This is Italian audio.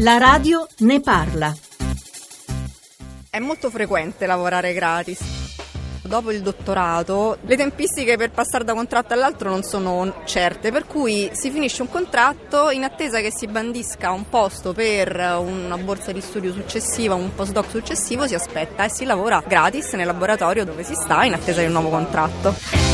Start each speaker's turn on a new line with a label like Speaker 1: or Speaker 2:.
Speaker 1: La radio ne parla.
Speaker 2: È molto frequente lavorare gratis. Dopo il dottorato le tempistiche per passare da un contratto all'altro non sono certe, per cui si finisce un contratto in attesa che si bandisca un posto per una borsa di studio successiva, un postdoc successivo, si aspetta e si lavora gratis nel laboratorio dove si sta in attesa di un nuovo contratto.